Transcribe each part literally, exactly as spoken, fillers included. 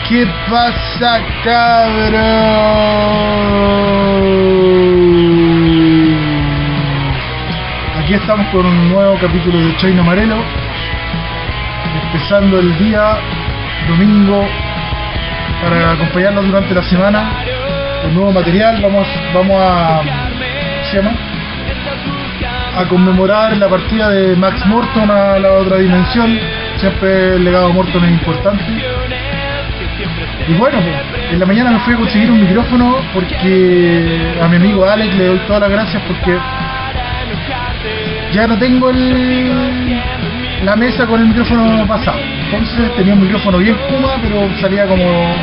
¿Qué pasa, cabrón? Aquí estamos con un nuevo capítulo de Choino Amarelo, empezando el día domingo para acompañarlos durante la semana con nuevo material. Vamos, vamos a, ¿cómo se llama? a conmemorar la partida de Max Morton a la otra dimensión. Siempre el legado Morton es importante. Y bueno, en la mañana me fui a conseguir un micrófono porque a mi amigo Alex le doy todas las gracias porque ya no tengo el, la mesa con el micrófono pasado. Entonces tenía un micrófono bien Kuma, pero salía como...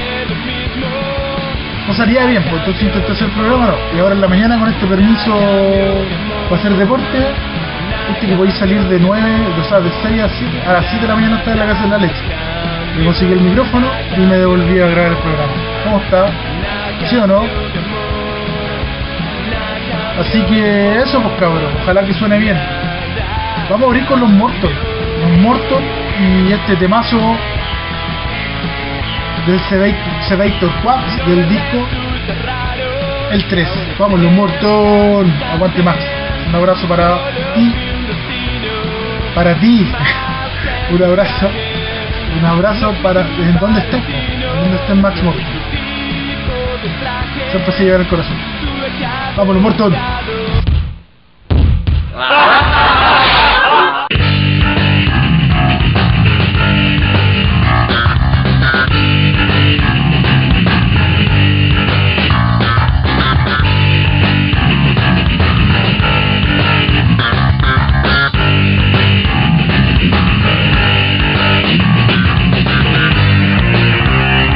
no salía bien, pues entonces intenté hacer el programa, no. Y ahora en la mañana con este permiso para hacer deporte, este que podéis salir de nueve, o sea, de seis a siete, a las siete de la mañana está en la casa de la leche. Me conseguí el micrófono y me devolví a grabar el programa. ¿Cómo está? ¿Sí o no? Así que eso, pues cabrón, ojalá que suene bien. Vamos a abrir con los Morton. Los Morton y este temazo del Sedator Quaps del disco el tres. Vamos, los Morton. Aguante Max. Un abrazo para ti. Para ti. Un abrazo. Un abrazo para... ¿en dónde estés? ¿En dónde estés Max Morton? Siempre se lleva en el corazón. Vamos, los Morton.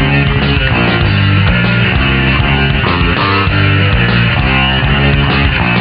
We'll be right back.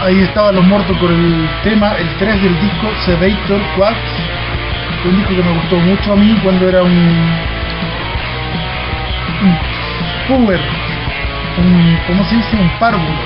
ahí estaban Los Mortos con el tema, el tres del disco Sedator Quads, un disco que me gustó mucho a mí cuando era un, un puber, un, ¿cómo se dice? Un párvulo.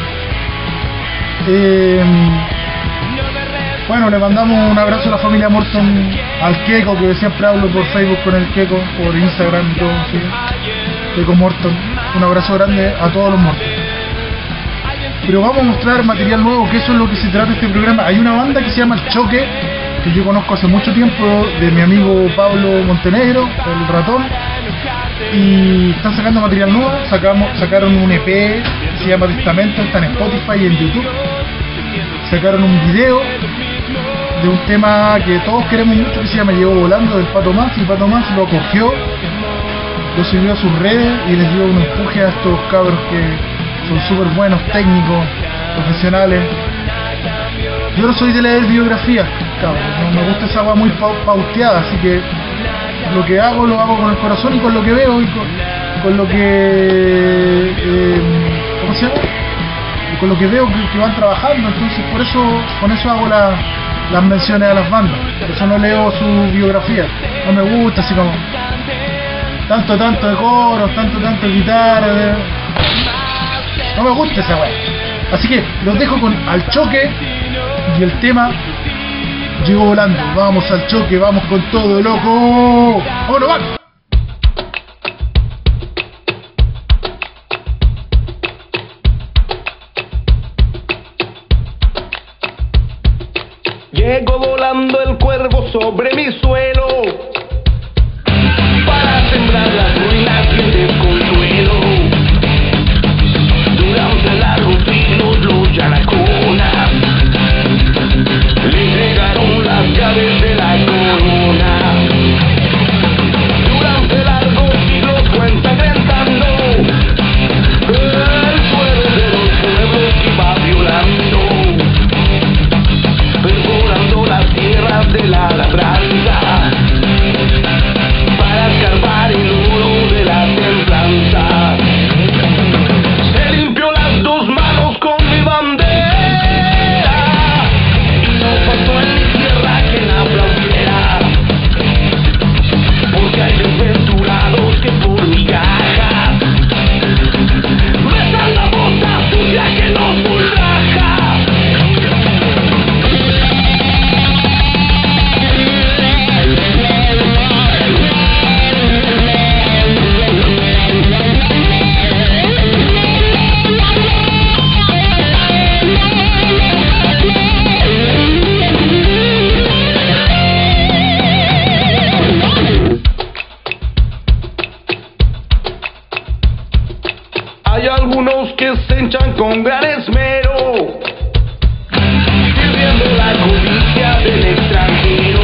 Eh, bueno, le mandamos un abrazo a la familia Morton, al Keiko, que siempre hablo por Facebook con el Keiko, por Instagram y todo, ¿sí? Keiko Morton, un abrazo grande a todos los Morton. Pero vamos a mostrar material nuevo, que eso es lo que se trata este programa. Hay una banda que se llama El Choque, que yo conozco hace mucho tiempo, de mi amigo Pablo Montenegro, el ratón, y están sacando material nuevo. Sacamos, sacaron un E P que se llama Testamento, está en Spotify y en YouTube. Sacaron un video de un tema que todos queremos mucho, que se llama Llegó Volando, del Pato Más, y Pato Más lo acogió, lo subió a sus redes y les dio un empuje a estos cabros que son súper buenos, técnicos, profesionales. Yo no soy de leer biografías, cabrón, no me gusta esa agua muy pa pauteada, así que lo que hago lo hago con el corazón y con lo que veo y con, con lo que eh, ¿cómo se llama? Y con lo que veo que, que van trabajando. Entonces por eso, con eso hago la, las menciones a las bandas, por eso no leo su biografía, no me gusta así como tanto tanto de coros, tanto tanto de guitarra, de... no me gusta esa weá. Así que los dejo con Al Choque y el tema Llegó Volando. Vamos al choque, vamos con todo, loco. ¡Vámonos, va! Llegó volando el cuervo sobre mi suelo para sembrar las ruinas y el desconsuelo. Durante la rutina los yaracunas le entregaron las llaves de la corona. Durante largos siglos fue ensangrentando el suelo de los pueblos que iba violando, perforando las tierras de la labranza para escarbar el oro de la templanza. Se limpió las dos manos con mi bandera y no pasó en mi tierra quien aplaudiera, porque hay desventurados que por migajas besan la bota sucia que los ultraja. Hay algunos que se hinchan con gran esmero, sirviendo la codicia del extranjero,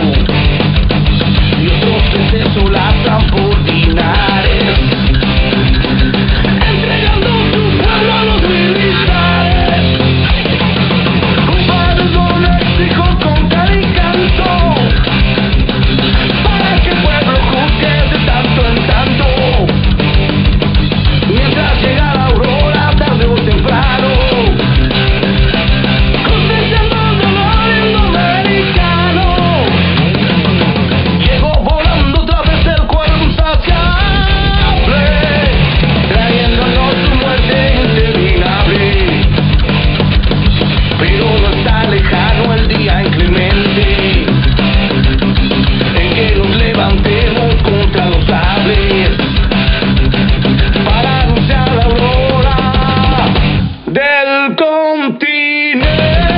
y otros que se solazan por dinares, entregando su pueblo a los militares. Compadres, no les exijo con cara y canto, para que el pueblo juzgue de tanto en tanto. Mientras llega la aurora, tarde o temprano, cosechando el dolor indoamericano. Llegó volando otra vez el cuervo insaciable, trayéndonos su muerte interminable. Pero no está lejano el día inclemente en que nos levantemos contra los sables para anunciar la aurora del continente.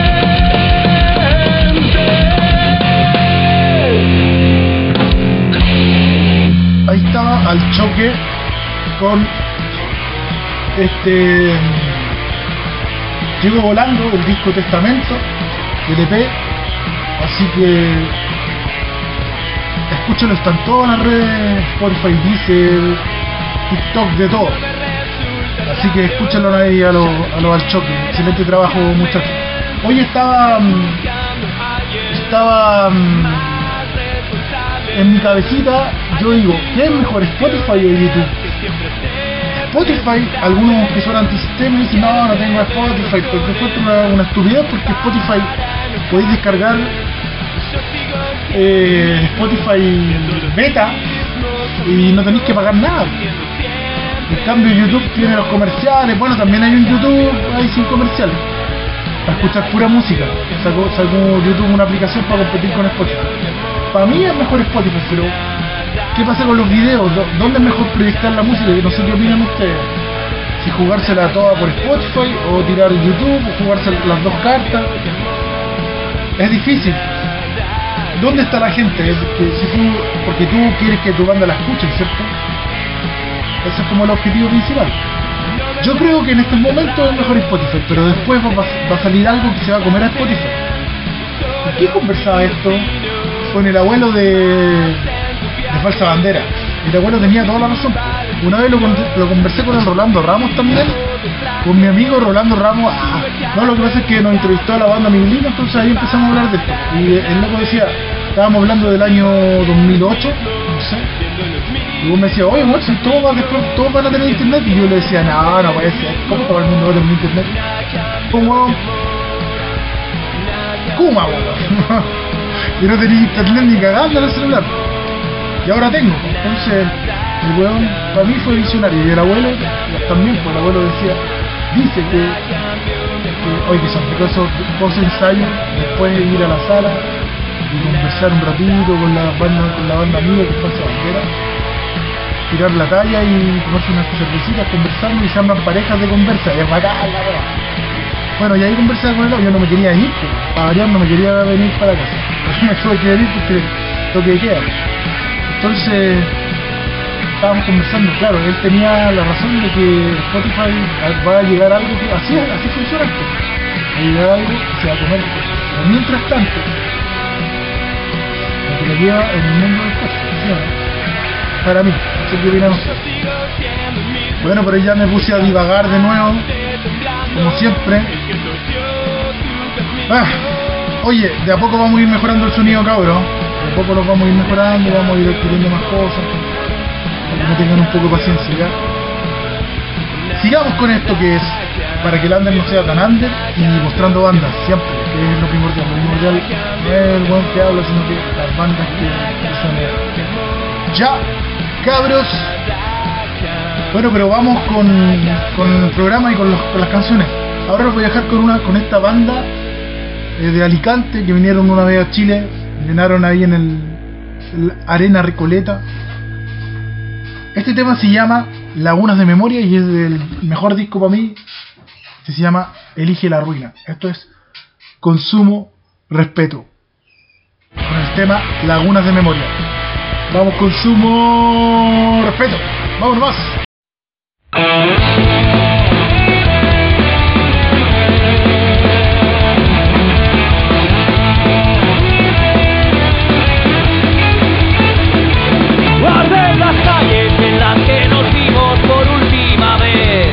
Ahí estaba Al Choque con este Llegó Volando del disco Testamento del E P. Así que escúchalo, están todas las redes, Spotify, Deezer, TikTok, de todo. Así que escúchalo ahí a los a lo Al Choque. Excelente trabajo, muchachos. Hoy estaba estaba en mi cabecita, yo digo, ¿qué es mejor, Spotify o YouTube? Spotify, algunos que son antisistema dicen no, no tengo Spotify, porque encuentro una, una estupidez, porque Spotify podéis descargar eh, Spotify beta y no tenéis que pagar nada. En cambio YouTube tiene los comerciales, bueno, también hay un YouTube ahí sin comerciales, para escuchar pura música. Sacó, sacó YouTube una aplicación para competir con Spotify. Para mí es mejor Spotify, pero ¿qué pasa con los videos? ¿Dónde es mejor proyectar la música? No sé qué opinan ustedes. Si jugársela toda por Spotify o tirar YouTube o jugarse las dos cartas. Es difícil. ¿Dónde está la gente? Porque, si tú, porque tú quieres que tu banda la escuche, ¿cierto? Ese es como el objetivo principal. Yo creo que en estos momentos es mejor Spotify, pero después va, va a salir algo que se va a comer a Spotify. ¿Con quién conversaba esto? Con el abuelo de, de Falsa Bandera. El abuelo tenía toda la razón. Una vez lo, lo conversé con el Rolando Ramos también, con mi amigo Rolando Ramos. Ah, no, lo que pasa es que nos entrevistó a la banda Miguelino, entonces ahí empezamos a hablar de esto. Y el loco decía, estábamos hablando del año dos mil ocho, no sé. Y vos me decías, oye, bueno, si todos van, después, todos van a tener internet. Y yo le decía, no, no puede ser. ¿Cómo todo el mundo va a tener internet? ¿Cómo? Kuma, weón. Yo no tenía internet ni cagando en el celular. Y ahora tengo. Entonces, el weón para mí fue visionario. Y el abuelo también, pues el abuelo decía, dice que, que oye, que son esos post ensayos, después de ir a la sala y conversar un ratito con la banda, con la banda amiga que pasa bandera, tirar la talla y tomarse unas cervecitas conversando y se arman parejas de conversa. Y es bacán, la verdad. Bueno, y ahí conversaba con él, yo no me quería ir, pues, para variar no me quería venir para casa. Me tuve que venir porque toque de queda. Entonces, estábamos conversando, claro, él tenía la razón de que Spotify va a llegar a algo que así, así funciona esto. Va a llegar a algo que se va a comer. Pero mientras tanto, lo que lo lleva en el mundo del Spotify, ¿sí o no? Para mí, no sé qué opinan ustedes. Bueno, pero ya me puse a divagar de nuevo, como siempre. Ah, oye, de a poco vamos a ir mejorando el sonido, cabrón. De a poco lo vamos a ir mejorando, vamos a ir adquiriendo más cosas, para que me tengan un poco de paciencia, ¿ya? Sigamos con esto que es, para que el under no sea tan under, y mostrando bandas, siempre, que es lo primordial. Lo primordial no es el buen que habla, sino que las bandas que, que son. Ya, cabros. Bueno, pero vamos con, con el programa y con, los, con las canciones. Ahora los voy a dejar con una con esta banda eh, de Alicante que vinieron una vez a Chile, llenaron ahí en el, el Arena Recoleta. Este tema se llama Lagunas de Memoria y es del mejor disco para mí, que se llama Elige la Ruina. Esto es Consumo Respeto, con el tema Lagunas de Memoria. Vamos, Consumo Respeto. Vámonos más. Guardé las calles en las que nos vimos por última vez.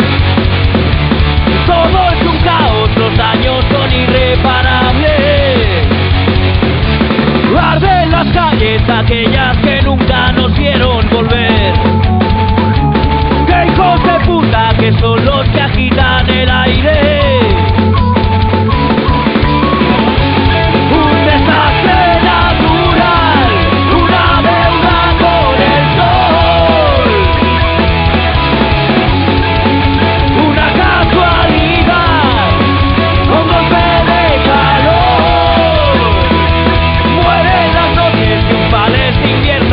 Todo es un caos, los daños son irreparables. Guardé las calles aquellas que nunca nos vieron volver. ¡Qué hijos de puta que son los que agitan el aire! Un desastre natural, una deuda con el sol. Una casualidad, un golpe de calor. Mueren las noches de un vales de invierno.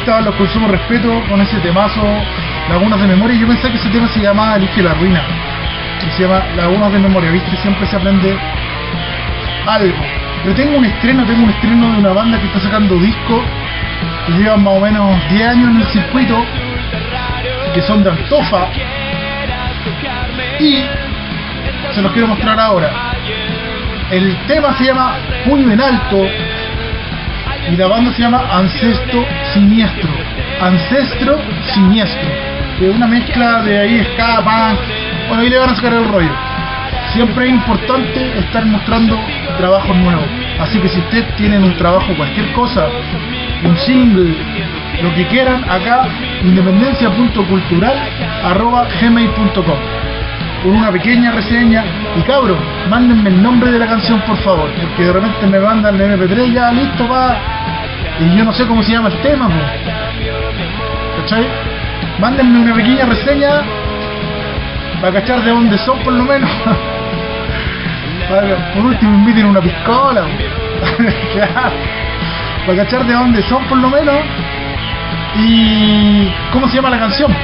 estaban los Consumos Respeto con ese temazo, Lagunas de Memoria. Yo pensé que ese tema se llamaba Elige la Ruina, y se llama Lagunas de Memoria, ¿viste? Siempre se aprende algo. Pero tengo un estreno, tengo un estreno de una banda que está sacando discos, que llevan más o menos diez años en el circuito, que son de Antofa, y se los quiero mostrar ahora. El tema se llama Puño en Alto y la banda se llama Ancestro Siniestro. Ancestro Siniestro, que es una mezcla de ahí ska, punk. Bueno, ahí le van a sacar el rollo. Siempre es importante estar mostrando trabajos nuevos. Así que si ustedes tienen un trabajo, cualquier cosa, un single, lo que quieran, acá independencia punto cultural arroba gmail punto com, con una pequeña reseña. Y cabros, mándenme el nombre de la canción, por favor, porque de repente me mandan el eme pe tres, ya listo, va, y yo no sé cómo se llama el tema, po. ¿Cachai? Mándenme una pequeña reseña para cachar de dónde son, por lo menos. Para, por último, inviten una piscola, claro, para cachar de dónde son, por lo menos. Y cómo se llama la canción.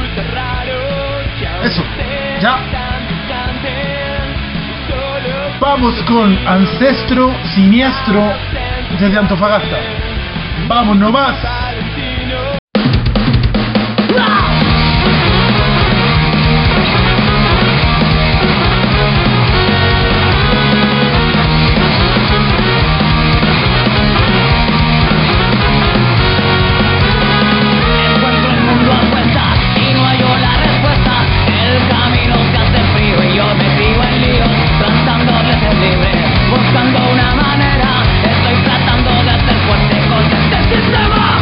Eso, ya. Vamos con Ancestro Siniestro desde Antofagasta. Vamos nomás. Buscando una manera, estoy tratando de ser fuerte contra este sistema.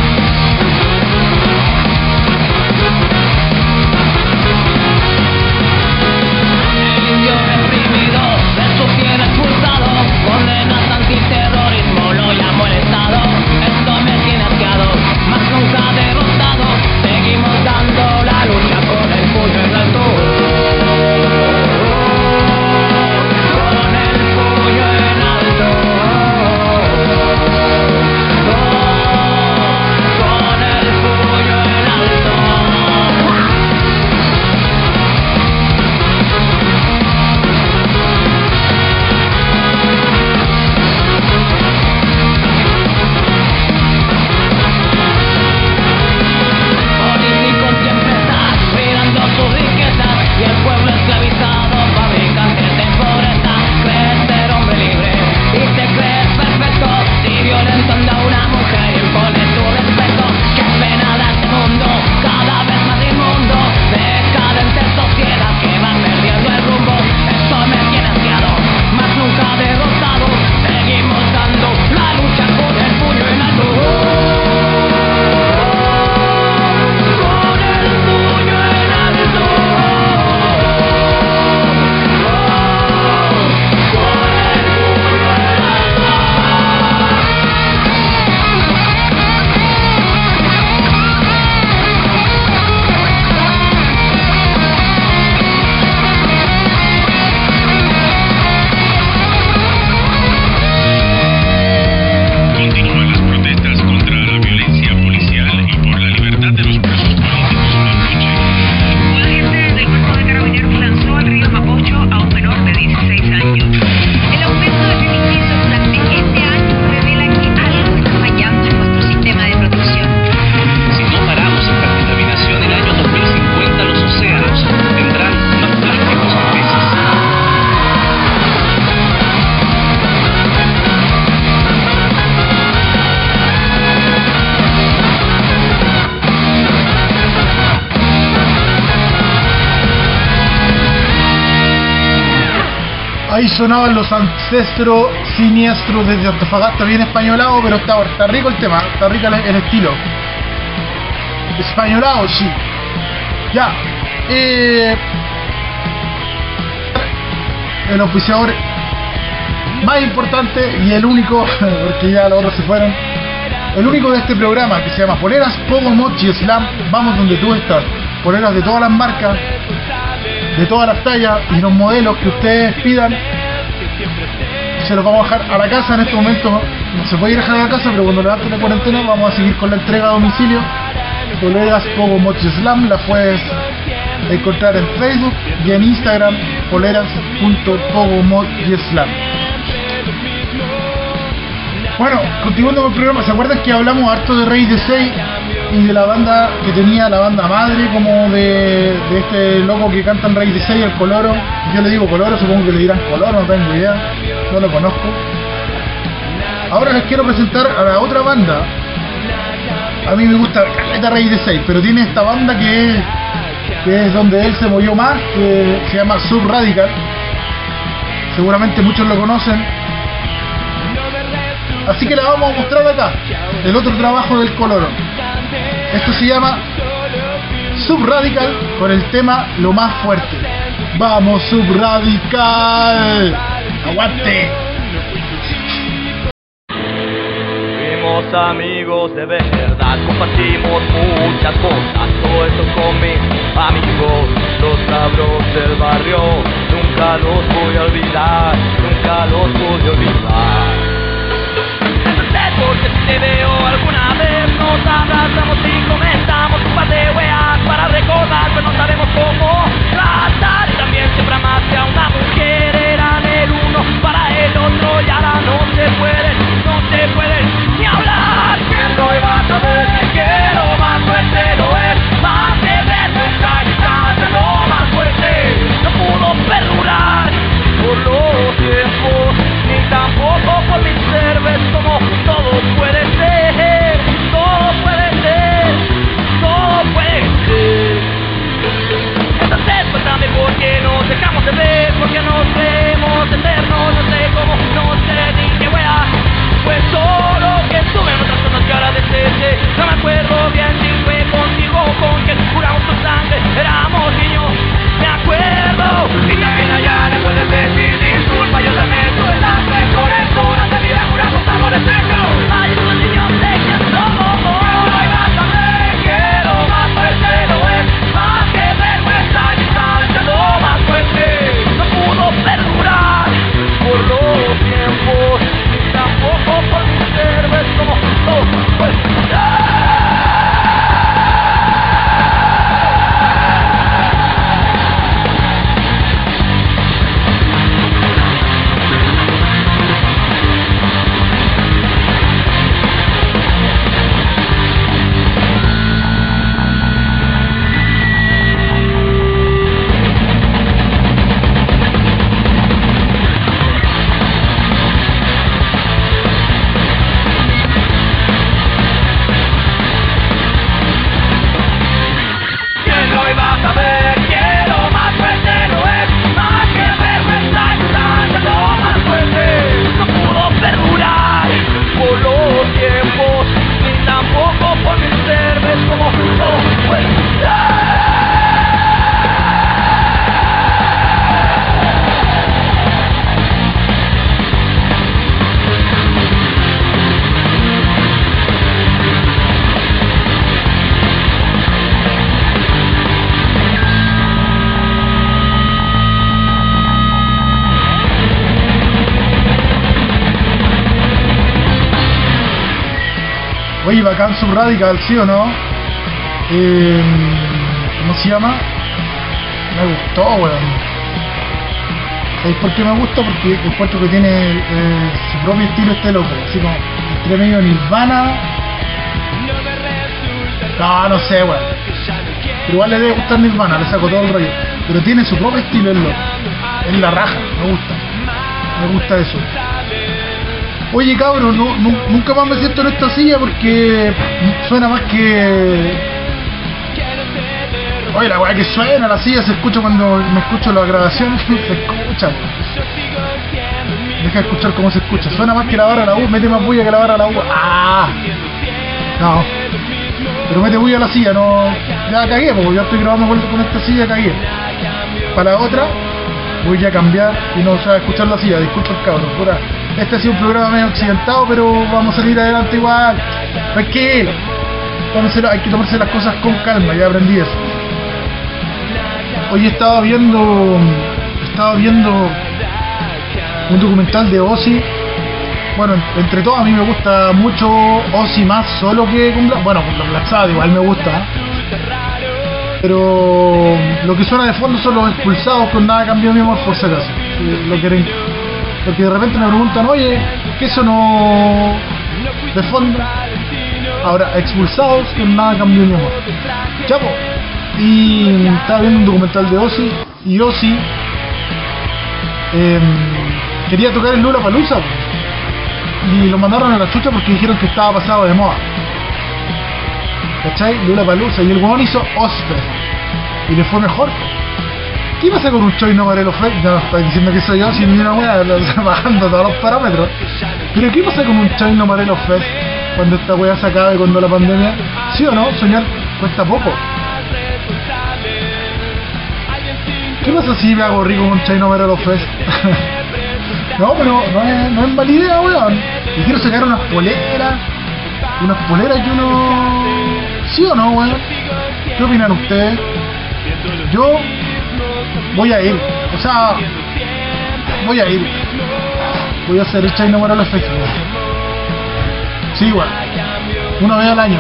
Ahí sonaban los Ancestros Siniestros desde Antofagasta, bien españolado, pero está, está rico el tema, está rico el, el estilo. Españolado, sí. Ya. Eh, el oficiador más importante y el único, porque ya los otros se fueron, el único de este programa, que se llama Poleras Pogo Mochi Slam. Vamos donde tú estás. Poleras de todas las marcas, de todas las tallas y los modelos que ustedes pidan. se los vamos a dejar a la casa. En este momento no se puede ir a dejar a la casa, pero cuando levante la cuarentena vamos a seguir con la entrega a domicilio. Poleras Pogo Mochi Slam, la puedes encontrar en Facebook y en Instagram, poleras punto pogo mochi slam. Bueno, continuando con el programa, ¿se acuerdan que hablamos harto de Rey de seis y de la banda que tenía la banda madre, como de, de este loco que canta en Rey de seis, el Coloro? Yo le digo Coloro, supongo que le dirán Coloro, no tengo idea, no lo conozco. Ahora les quiero presentar a la otra banda. A mí me gusta caleta Rey de seis, pero tiene esta banda que es, que es donde él se movió más, que se llama Sub Radical. Seguramente muchos lo conocen. Así que la vamos a mostrar acá, el otro trabajo del Coloro. Esto se llama Sub Radical con el tema Lo Más Fuerte. ¡Vamos, Sub Radical! ¡Aguante! Fuimos amigos de verdad, compartimos muchas cosas, todo esto con mis amigos, los cabros del barrio. Nunca los voy a olvidar, nunca los voy a olvidar. Porque si te veo alguna vez nos abrazamos y comentamos un par de weas para recordar, pero no sabemos cómo tratar. Y también siempre amaste a una mujer, eran el uno para el otro y ahora no se pueden, no se pueden ni hablar. ¿Quién lo iba a saber que lo más fuerte lo es? Más que vergüenza y distancia, lo más fuerte no pudo perdurar por los tiempos, ni tampoco por mis cervezas, como todo puede ser, todo puede ser, todo puede ser. Entonces cuéntame por qué nos dejamos de ver, por qué nos vemos eternos, no sé cómo, no sé ni qué wea. Pues solo que estuve en otras cosas que agradecerte, no me acuerdo bien si fue contigo o con quien juramos tu sangre, éramos niños, me acuerdo. Y también allá le puedes decir disculpa, yo también tuve las mejores horas de vida, juramos amores eternos. Ay, tú niños de quién somos, no hay más a ver que lo más fuerte lo es, más que vergüenza y distancia, lo más fuerte no pudo perdurar por los tiempos, ni tampoco por mis cervezas, como todo puede ser. Oye, bacán Sub Radical, ¿sí o no? Eh, ¿Cómo se llama? Me gustó, weón. ¿Sabéis por qué me gusta? Porque encuentro que tiene eh, su propio estilo este loco, así como entre medio Nirvana. No, no sé, weón. Pero igual le debe gustar Nirvana, le saco todo el rollo. Pero tiene su propio estilo el loco. Es la raja, me gusta. Me gusta eso. Oye, cabrón, no, no, nunca más me siento en esta silla porque suena más que... Oye, la weá que suena, la silla se escucha cuando me escucho las grabaciones, se escucha. Deja de escuchar cómo se escucha. Suena más que la barra de la U, mete más bulla que la barra de la U. ¡Ah! No. Pero mete bulla a la silla, no... Ya cagué, porque yo estoy grabando con esta silla, cagué. Para la otra, voy a cambiar y no se va a escuchar la silla, disculpen cabrón, pura... Este ha sido un programa medio accidentado, pero vamos a salir adelante igual. Tranquilo. Tómenselo, hay que tomarse las cosas con calma, ya aprendí eso. Hoy estaba viendo... Estaba viendo un documental de Ozzy. Bueno, entre todos a mí me gusta mucho Ozzy más solo que con Black. Bueno, con los Black Sabbath igual me gusta, pero lo que suena de fondo son los Expulsados con Nada Cambió Mi Amor, por si acaso. Si lo quieren, porque de repente me preguntan, oye, ¿qué sonó de fondo? Ahora, Expulsados con Nada Cambió Mi Amor. Chapo. Y estaba viendo un documental de Ozzy, y Ozzy eh, quería tocar el Lollapalooza, y lo mandaron a la chucha porque dijeron que estaba pasado de moda. ¿Cachai? Lollapalooza, y el huevón hizo Ozfest y le fue mejor. ¿Qué pasa con un Choino Marelo Fest? No, estoy diciendo que soy yo sin ni una wea, bajando todos los parámetros. Pero ¿qué pasa con un Choino Marelo Fest cuando esta wea se acabe, cuando la pandemia? ¿Sí o no? Soñar cuesta poco. ¿Qué pasa si me hago rico con Choino Marelo Fest? No, pero no es, no es mala idea, weón. Y quiero sacar unas poleras. Unas poleras que uno... ¿Sí o no, weón? ¿Qué opinan ustedes? Yo voy a ir. O sea, voy a ir. Voy a hacer el Choino Marelo Fest. Sí, weón. Una vez al año.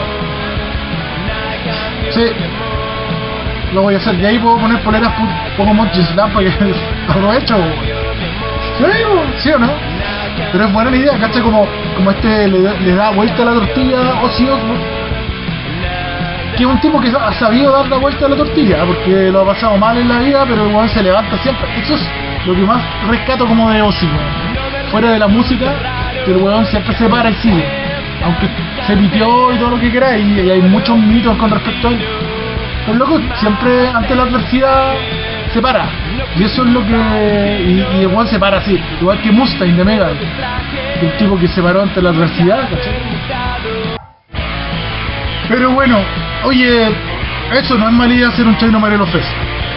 Sí. Lo voy a hacer. Y ahí puedo poner poleras poco Monchislam para que aprovecho, weón. Sí, ¿sí o no? Pero es buena la idea, ¿cachai? Como, como este le, le da vuelta a la tortilla Ozzy Osbourne, que es un tipo que ha sabido dar la vuelta a la tortilla, porque lo ha pasado mal en la vida, pero el weón se levanta siempre. Eso es lo que más rescato como de Ozzy, weón. Fuera de la música, que el weón siempre se para y sigue, aunque se pitió y todo lo que quiera, y, y hay muchos mitos con respecto a él. Pero loco, siempre ante la adversidad se para. Y eso es lo que... Y, y el weón se para así, igual que Mustaine de Megadeth, el tipo que se paró ante la adversidad, ¿cachai? Pero bueno, oye, eso no es mala idea hacer un Choino Marelo Fest.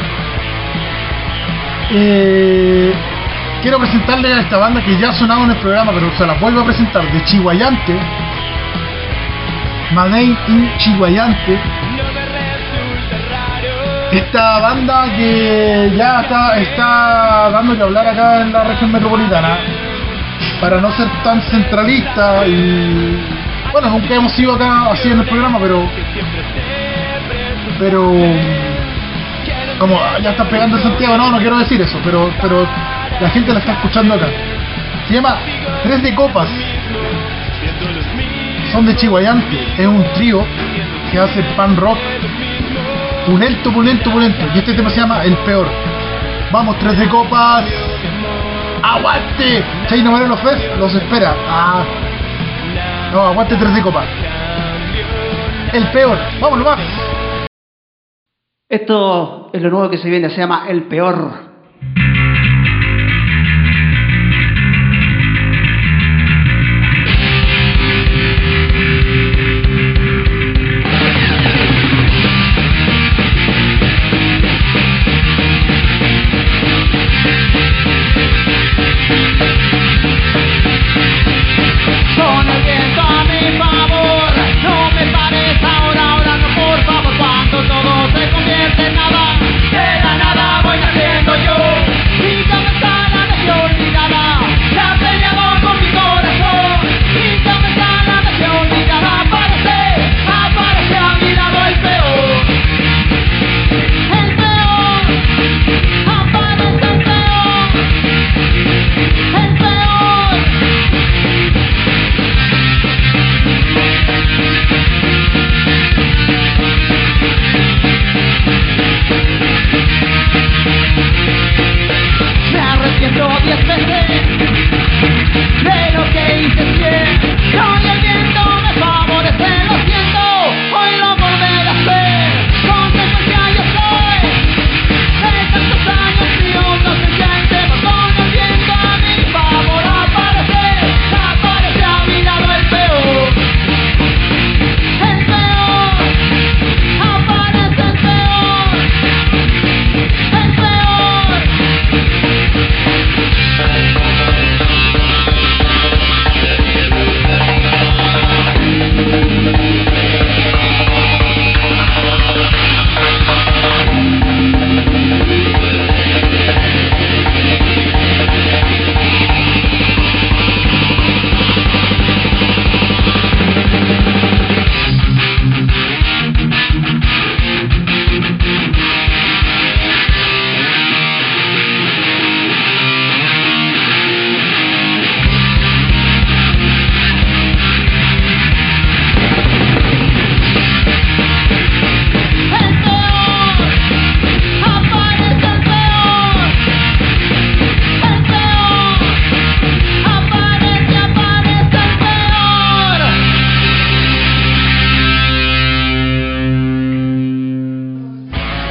Eh, quiero presentarle a esta banda que ya ha sonado en el programa, pero se la vuelvo a presentar, de Chihuayante, Made in Chihuayante. Esta banda que ya está, está dando que hablar acá en la región metropolitana, para no ser tan centralista, y bueno, nunca hemos ido acá así en el programa, pero pero como ya están pegando en Santiago, no, no quiero decir eso, pero pero la gente la está escuchando acá. Se llama Tres de Copas, son de Chihuayante, es un trío que hace pan rock pulento, pulento, pulento, y este tema se llama El Peor. Vamos, Tres de Copas, aguante. Choino Marelo Fest los espera. Ah, no, aguante Tres de Copas. El Peor, vamos nomás. Esto es lo nuevo que se viene, se llama El Peor. Todo se convierte en nada, de la nada voy naciendo yo.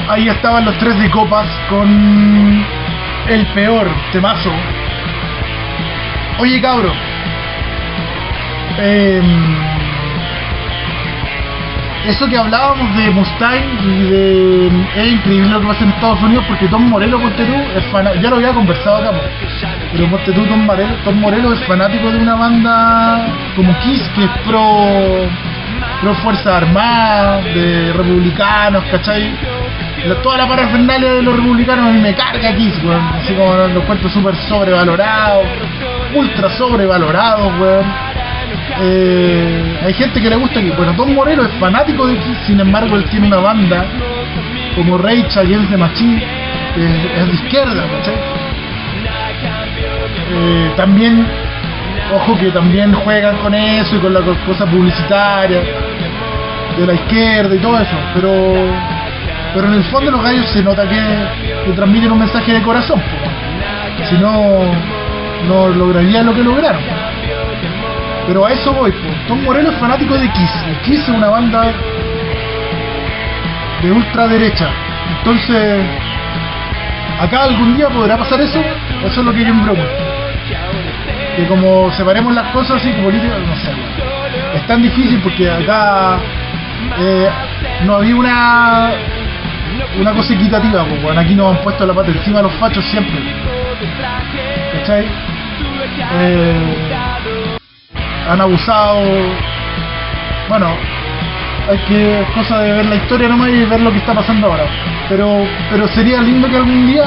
ahí estaban los tres de copas con el peor temazo. Oye, cabro, eh, eso que hablábamos de Mustaine y de... Es increíble lo que pasa en Estados Unidos, porque Tom Morello, ponte tú, es fanático. Ya lo había conversado acá, po. Pero ponte tú, Tom Morello, Tom Morello es fanático de una banda como Kiss, que es pro... pro Fuerzas Armadas, de republicanos, ¿cachai? La, toda la parafernalia de los republicanos a mí me carga Kiss, weón. Así como los encuentro súper sobrevalorados, ultra sobrevalorados, weón. Eh, hay gente que le gusta Kiss. Bueno, Tom Morello es fanático de Kiss, sin embargo él tiene una banda como Rage Against the Machine, que es, es de izquierda, ¿cachai? Eh, también, ojo que también juegan con eso y con la cosa publicitaria de la izquierda y todo eso, pero pero en el fondo los gallos se nota que, que transmiten un mensaje de corazón, po. Si no, no lograrían lo que lograron. Pero a eso voy, po. Tom Morello es fanático de Kiss. Kiss es una banda de ultraderecha. Entonces, ¿acá algún día podrá pasar eso? Eso es lo que yo me pregunto. Que como separemos las cosas así, política, no sé. Es tan difícil porque acá eh, no había una una cosa equitativa, pues, bueno, aquí nos han puesto la pata encima a los fachos siempre. ¿Cachai? Eh, han abusado. Bueno, hay que, es cosa de ver la historia nomás y ver lo que está pasando ahora. Pero, pero sería lindo que algún día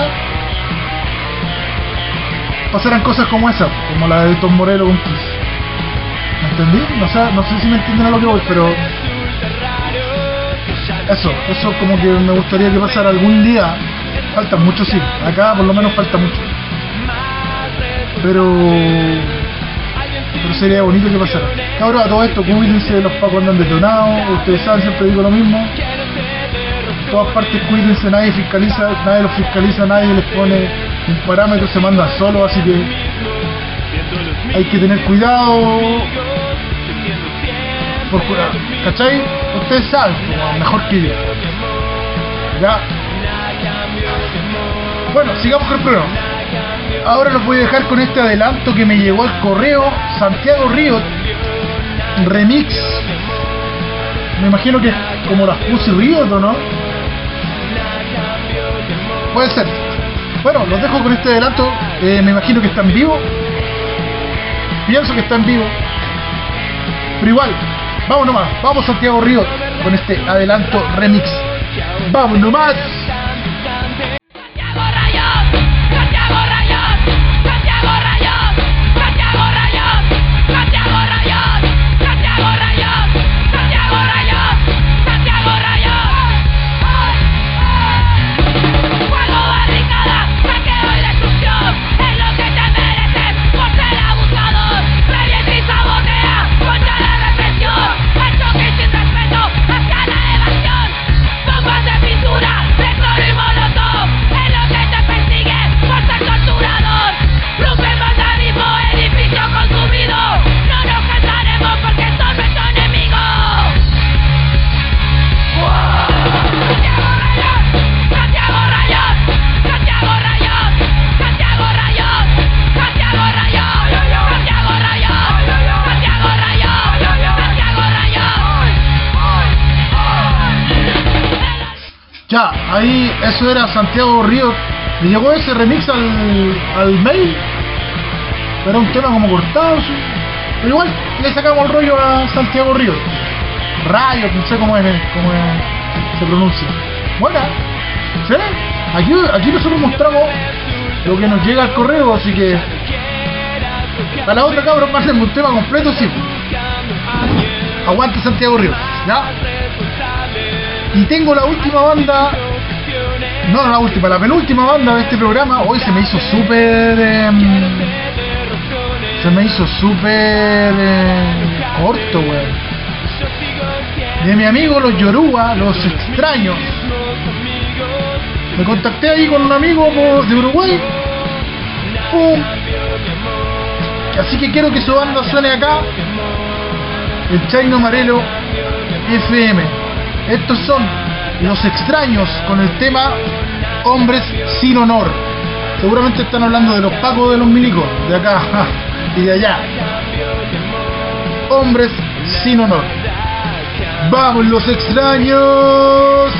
pasaran cosas como esa, como la de Tom Morello con Kiss. ¿Me entendí? No sé, no sé si me entienden a lo que voy, pero eso, eso como que me gustaría que pasara algún día. Falta mucho, sí, acá por lo menos falta mucho, pero pero sería bonito que pasara. Cabros, a todo esto, cuídense de los pacos andan detonados. Ustedes saben, siempre digo lo mismo. En todas partes cuídense, nadie fiscaliza, nadie los fiscaliza, nadie les pone un parámetro, se mandan solos, así que hay que tener cuidado. Por curar, ¿cachai? Ustedes saben, como mejor que yo. Ya. Bueno, sigamos con el programa. Ahora los voy a dejar con este adelanto que me llegó al correo. Santiago Ríos Remix. Me imagino que es como las Pussy Ríos, ¿o no? Puede ser. Bueno, los dejo con este adelanto. eh, Me imagino que está en vivo. Pienso que está en vivo. Pero igual, vamos nomás. Vamos Santiago Ríos con este adelanto remix. Vamos nomás. Ya, ahí eso era Santiago Ríos. Me llegó ese remix al, al mail. Era un tema como cortado, sí. Pero igual le sacamos el rollo a Santiago Ríos. Rayo, no sé cómo es, cómo es, se pronuncia. Bueno, ¿sí? Aquí, aquí nosotros mostramos lo que nos llega al correo, así que a la otra, cabrón, mándenme un tema completo, sí. Aguante Santiago Ríos, ¿ya? Y tengo la última banda, no la última, la penúltima banda de este programa. Hoy se me hizo súper, eh, se me hizo súper eh, corto, weón. De mi amigo Los Yoruba, Los Extraños. Me contacté ahí con un amigo de Uruguay. ¡Pum! Así que quiero que su banda suene acá, el Chaino Marelo F M. Estos son Los Extraños con el tema Hombres Sin Honor. Seguramente están hablando de los pacos de los milicos, de acá y de allá. Hombres Sin Honor. ¡Vamos, Los Extraños!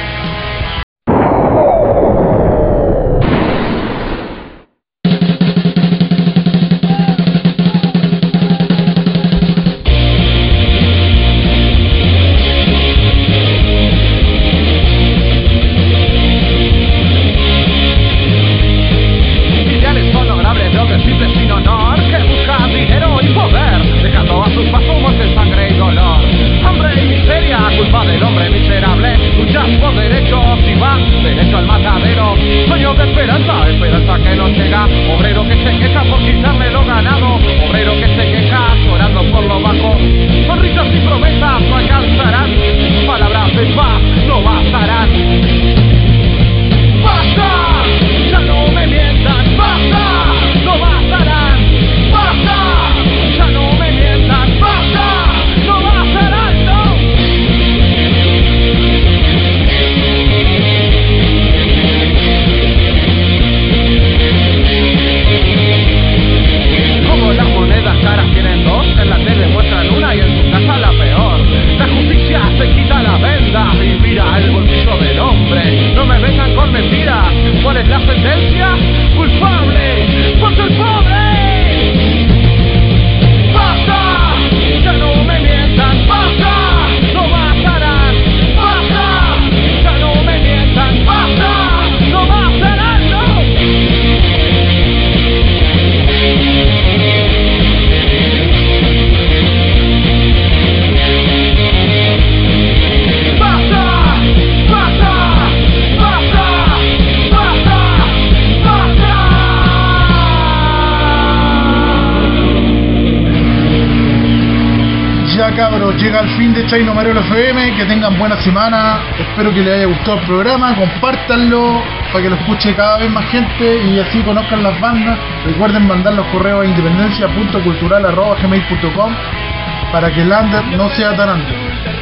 Cabros, llega el fin de Chayno Marelo F M, que tengan buena semana, espero que les haya gustado el programa, compártanlo para que lo escuche cada vez más gente y así conozcan las bandas. Recuerden mandar los correos a independencia punto cultural arroba gmail punto com para que el under no sea tan under.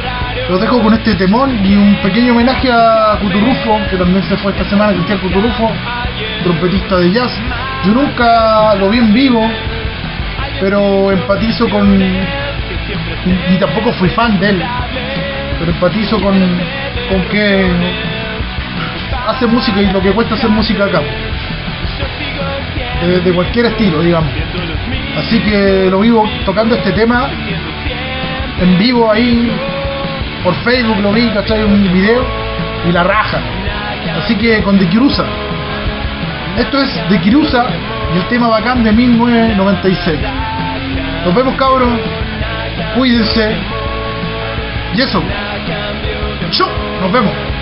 Los dejo con este temón y un pequeño homenaje a Cuturrufo, que también se fue esta semana, Cristian Cuturrufo, trompetista de jazz. Yo nunca lo vi en vivo, pero empatizo con... Y, y tampoco fui fan de él, pero empatizo con, con que hace música y lo que cuesta hacer música acá, de, de cualquier estilo, digamos. Así que lo vivo tocando este tema en vivo ahí por Facebook, lo vi, ¿cachai? Un video y la raja. Así que con De Kirusa. Esto es De Kirusa y el tema bacán de mil novecientos noventa y seis. Nos vemos, cabros. Cuídense. Y eso. Chau. Nos vemos.